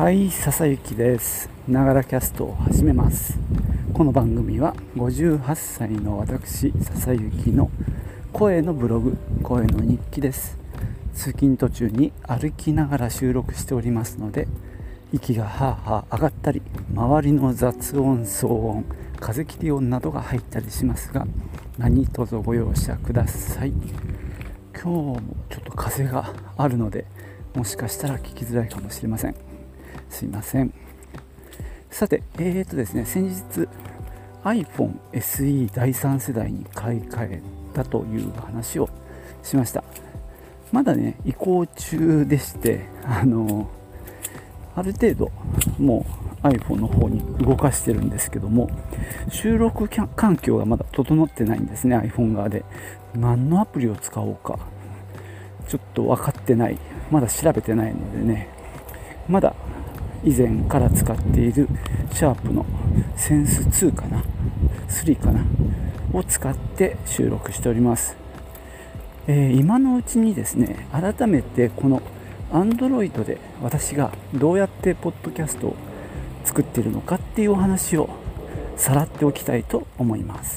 はい、笹雪です。ながらキャストを始めます。この番組は58歳の私笹雪の声のブログ、声の日記です。通勤途中に歩きながら収録しておりますので、息がはあはあ上がったり、周りの雑音、騒音、風切り音などが入ったりしますが、何卒ご容赦ください。今日もちょっと風があるので、もしかしたら聞きづらいかもしれません。すいません。さて、ですね、先日 iPhone SE 第3世代に買い替えたという話をしました。まだね、移行中でして、ある程度もう iPhone の方に動かしてるんですけども、収録環境がまだ整ってないんですね。 iPhone 側で何のアプリを使おうかちょっと分かってない、まだ調べてないのでね、まだ以前から使っているシャープのセンス2かな3かなを使って収録しております。今のうちにですね、改めてこの Android で私がどうやってポッドキャストを作っているのかっていうお話をさらっておきたいと思います。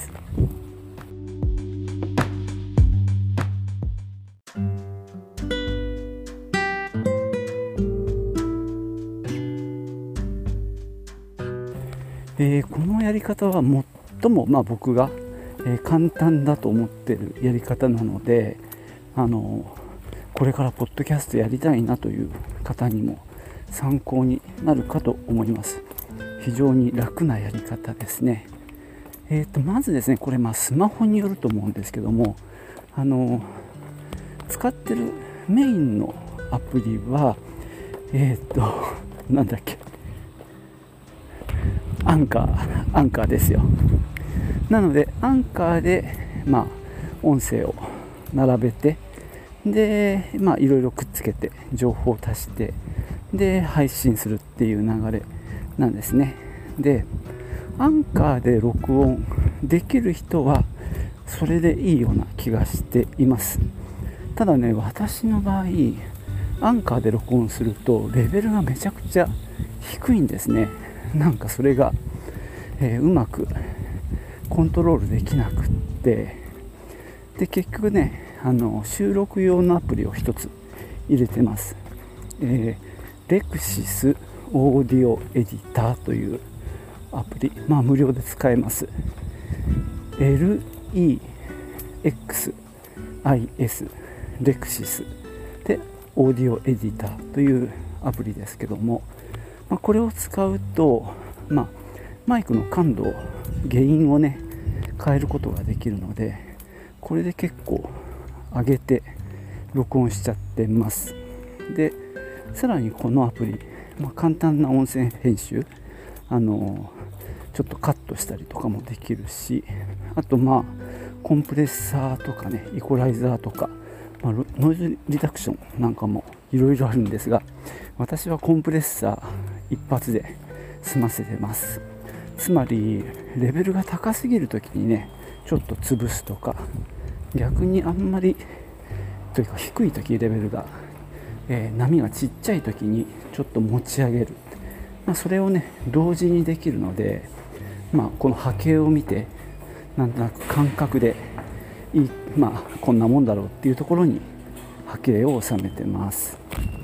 このやり方は最も、僕が、簡単だと思っているやり方なので、これからポッドキャストやりたいなという方にも参考になるかと思います。非常に楽なやり方ですね。まずですね、これスマホによると思うんですけども、使ってるメインのアプリはなんだっけ、アンカーですよ。なのでアンカーで音声を並べて、でいろいろくっつけて情報を足して、で配信するっていう流れなんですね。でアンカーで録音できる人はそれでいいような気がしています。ただね、私の場合アンカーで録音するとレベルがめちゃくちゃ低いんですね。なんかそれが、うまくコントロールできなくって、で結局ね、収録用のアプリを一つ入れてます。レクシスオーディオエディターというアプリ、無料で使えます。 LEXIS レクシスでオーディオエディターというアプリですけども、これを使うと、マイクの感度、ゲインをね変えることができるので、これで結構上げて録音しちゃってます。でさらにこのアプリ、簡単な音声編集、ちょっとカットしたりとかもできるし、あとコンプレッサーとかね、イコライザーとか、ノイズリダクションなんかもいろいろあるんですが、私はコンプレッサー一発で済ませてます。つまりレベルが高すぎるときにね、ちょっと潰すとか、逆にあんまりというか低いときレベルが、波がちっちゃいときにちょっと持ち上げる、それをね同時にできるので、この波形を見てなんとなく感覚でこんなもんだろうっていうところに波形を収めてます。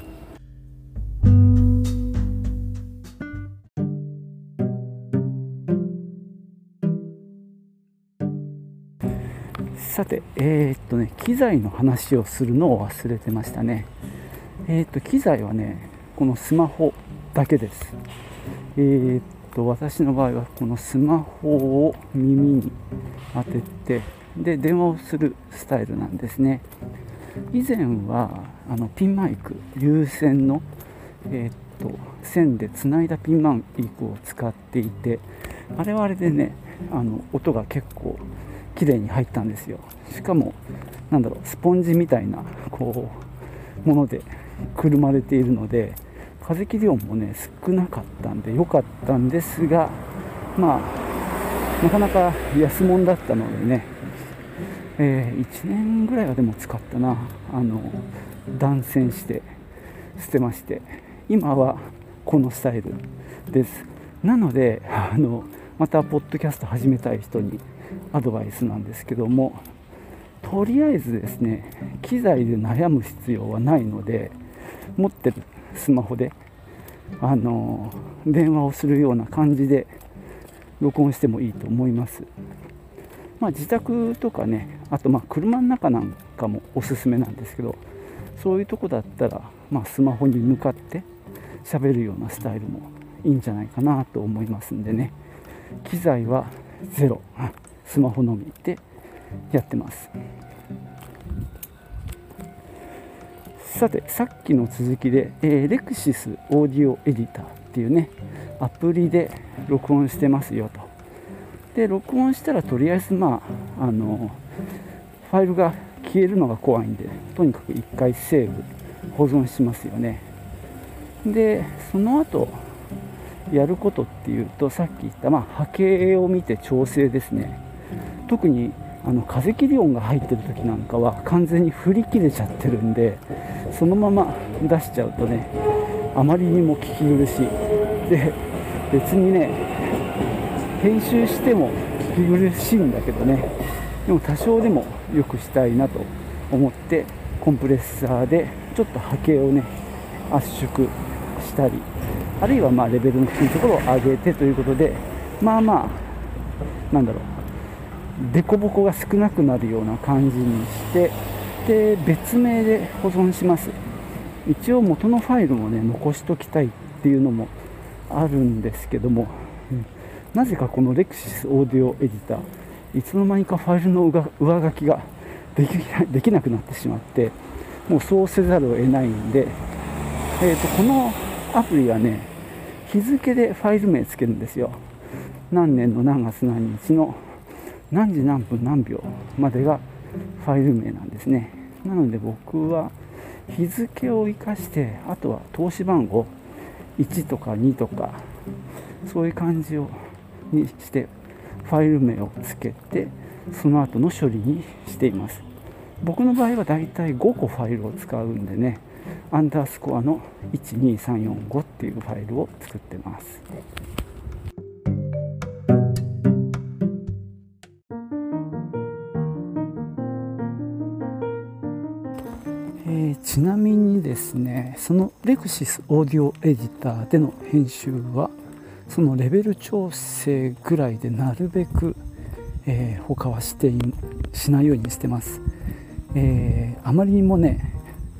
さて、機材の話をするのを忘れてましたね。機材はね、このスマホだけです。私の場合はこのスマホを耳に当てて、で電話をするスタイルなんですね。以前はピンマイク、有線の、線でつないだピンマイクを使っていて、あれはあれでね、音が結構綺麗に入ったんですよ。しかもスポンジみたいなものでくるまれているので、風切り音もね少なかったんで良かったんですが、なかなか安物だったのでね、1年ぐらいはでも使ったな。断線して捨てまして、今はこのスタイルです。なのでまたポッドキャスト始めたい人にアドバイスなんですけども、とりあえずですね、機材で悩む必要はないので、持ってるスマホで電話をするような感じで録音してもいいと思います。自宅とかね、あと車の中なんかもおすすめなんですけど、そういうとこだったらスマホに向かって喋るようなスタイルもいいんじゃないかなと思いますんでね、機材はゼロ、スマホのみでやってます。さて、さっきの続きで、レクシスオーディオエディターっていうねアプリで録音してますよと。で録音したらとりあえずファイルが消えるのが怖いんで、とにかく1回セーブ保存しますよね。でその後やることっていうと、さっき言った波形を見て調整ですね。特に風切り音が入ってる時なんかは完全に振り切れちゃってるんで、そのまま出しちゃうとね、あまりにも聞き苦しい。で別にね、編集しても聞き苦しいんだけどね、でも多少でも良くしたいなと思って、コンプレッサーでちょっと波形をね圧縮したり、あるいはレベルの低いところを上げてということで、デコボコが少なくなるような感じにして、で別名で保存します。一応元のファイルもね残しときたいっていうのもあるんですけども、なぜかこのレクシスオーディオエディター、いつの間にかファイルの上書きができなくなってしまって、もうそうせざるを得ないんで、このアプリはね、日付でファイル名つけるんですよ。何年の何月何日の何時何分何秒までがファイル名なんですね。なので僕は日付を生かして、あとは通し番号1とか2とかそういう感じにしてファイル名をつけて、その後の処理にしています。僕の場合はだいたい5個ファイルを使うんでね、アンダースコアの12345っていうファイルを作ってます。ちなみにですね、そのレクシスオーディオエディターでの編集は、そのレベル調整ぐらいでなるべく、他はしないようにしてます。あまりにもね、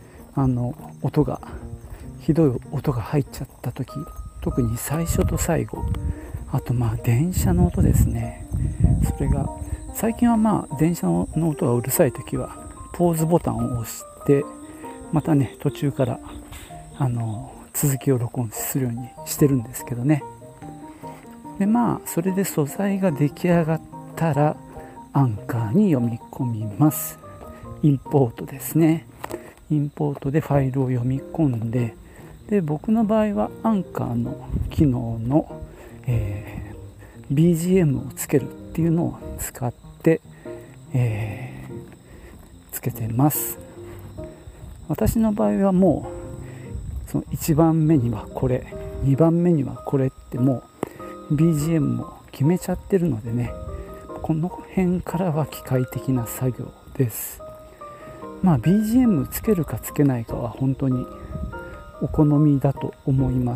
ひどい音が入っちゃった時、特に最初と最後、あと電車の音ですね。それが最近は電車の音がうるさい時はポーズボタンを押して、またね途中から続きを録音するようにしてるんですけどね。でそれで素材が出来上がったらアンカーに読み込みます。インポートですね。インポートでファイルを読み込んで、で僕の場合はアンカーの機能の、BGM をつけるっていうのを使って、つけてます。私の場合はもうその1番目にはこれ、2番目にはこれってもう BGM も決めちゃってるのでね、この辺からは機械的な作業です。BGM つけるかつけないかは本当にお好みだと思います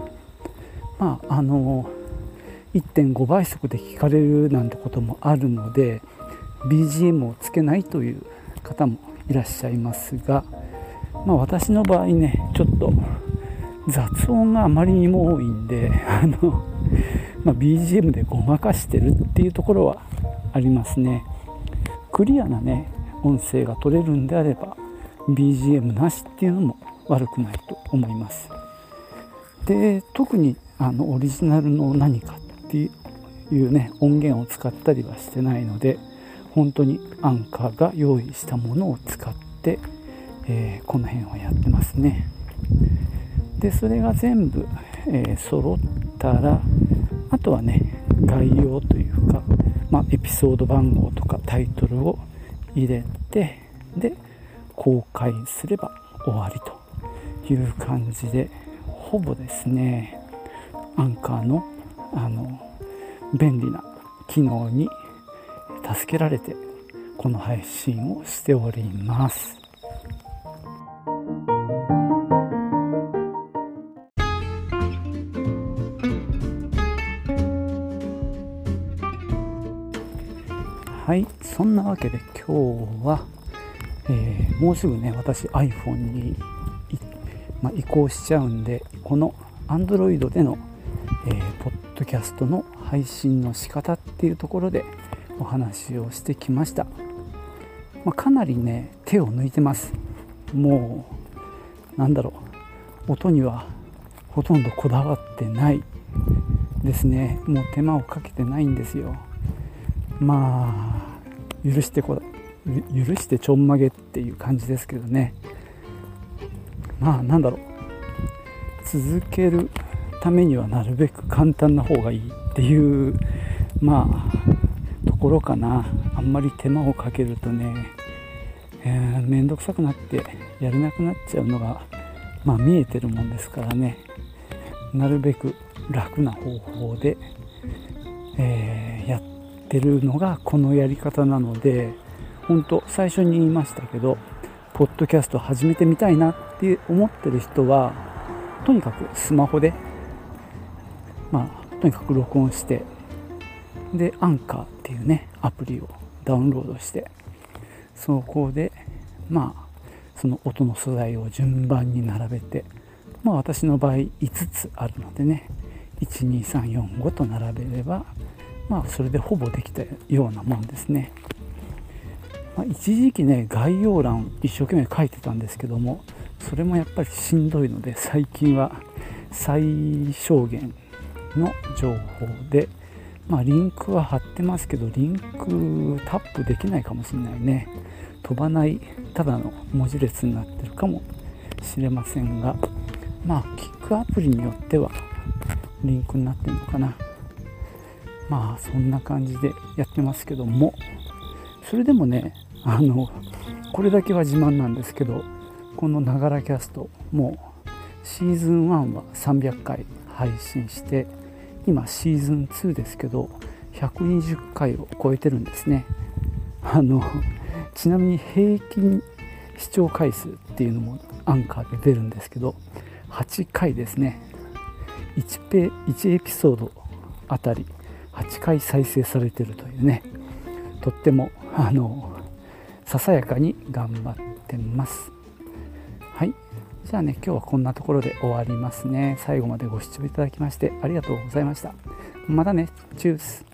。1.5 倍速で聞かれるなんてこともあるので BGM をつけないという方もいらっしゃいますが、私の場合ね、ちょっと雑音があまりにも多いんでBGM でごまかしてるっていうところはありますね。クリアなね音声が取れるんであれば BGM なしっていうのも悪くないと思います。で特にオリジナルの何かっていうね音源を使ったりはしてないので、本当にアンカーが用意したものを使って、この辺はやってますね。でそれが全部、揃ったら、あとはね概要というか、エピソード番号とかタイトルを入れて、で公開すれば終わりという感じで、 ほぼですねアンカーの便利な機能に助けられてこの配信をしております。はい、そんなわけで今日は、もうすぐね私 iPhone に、移行しちゃうんで、この Android での、ポッドキャストの配信の仕方っていうところでお話をしてきました。かなりね手を抜いてます。もう音にはほとんどこだわってないですね。もう手間をかけてないんですよ。許してちょんまげっていう感じですけどね。続けるためにはなるべく簡単な方がいいっていうところかな。あんまり手間をかけるとね、めんどくさくなってやれなくなっちゃうのが見えてるもんですからね。なるべく楽な方法で、やってるのがこのやり方なので、本当最初に言いましたけど、ポッドキャスト始めてみたいなって思ってる人はとにかくスマホでとにかく録音して、でアンカーっていうねアプリをダウンロードして、そこでその音の素材を順番に並べて、私の場合5つあるのでね、12345と並べればそれでほぼできたようなもんですね。一時期ね概要欄一生懸命書いてたんですけども、それもやっぱりしんどいので、最近は最小限の情報で、リンクは貼ってますけど、リンクタップできないかもしれないね。飛ばないただの文字列になってるかもしれませんが、キックアプリによってはリンクになってるのかな。そんな感じでやってますけども、それでもねこれだけは自慢なんですけど、このながらキャストもうシーズン1は300回配信して、今シーズン2ですけど120回を超えてるんですね。ちなみに平均視聴回数っていうのもアンカーで出るんですけど、8回ですね。1エピソードあたり8回再生されてるというね、とってもささやかに頑張ってます。はい、じゃあね今日はこんなところで終わりますね。最後までご視聴いただきましてありがとうございました。またね。チュース。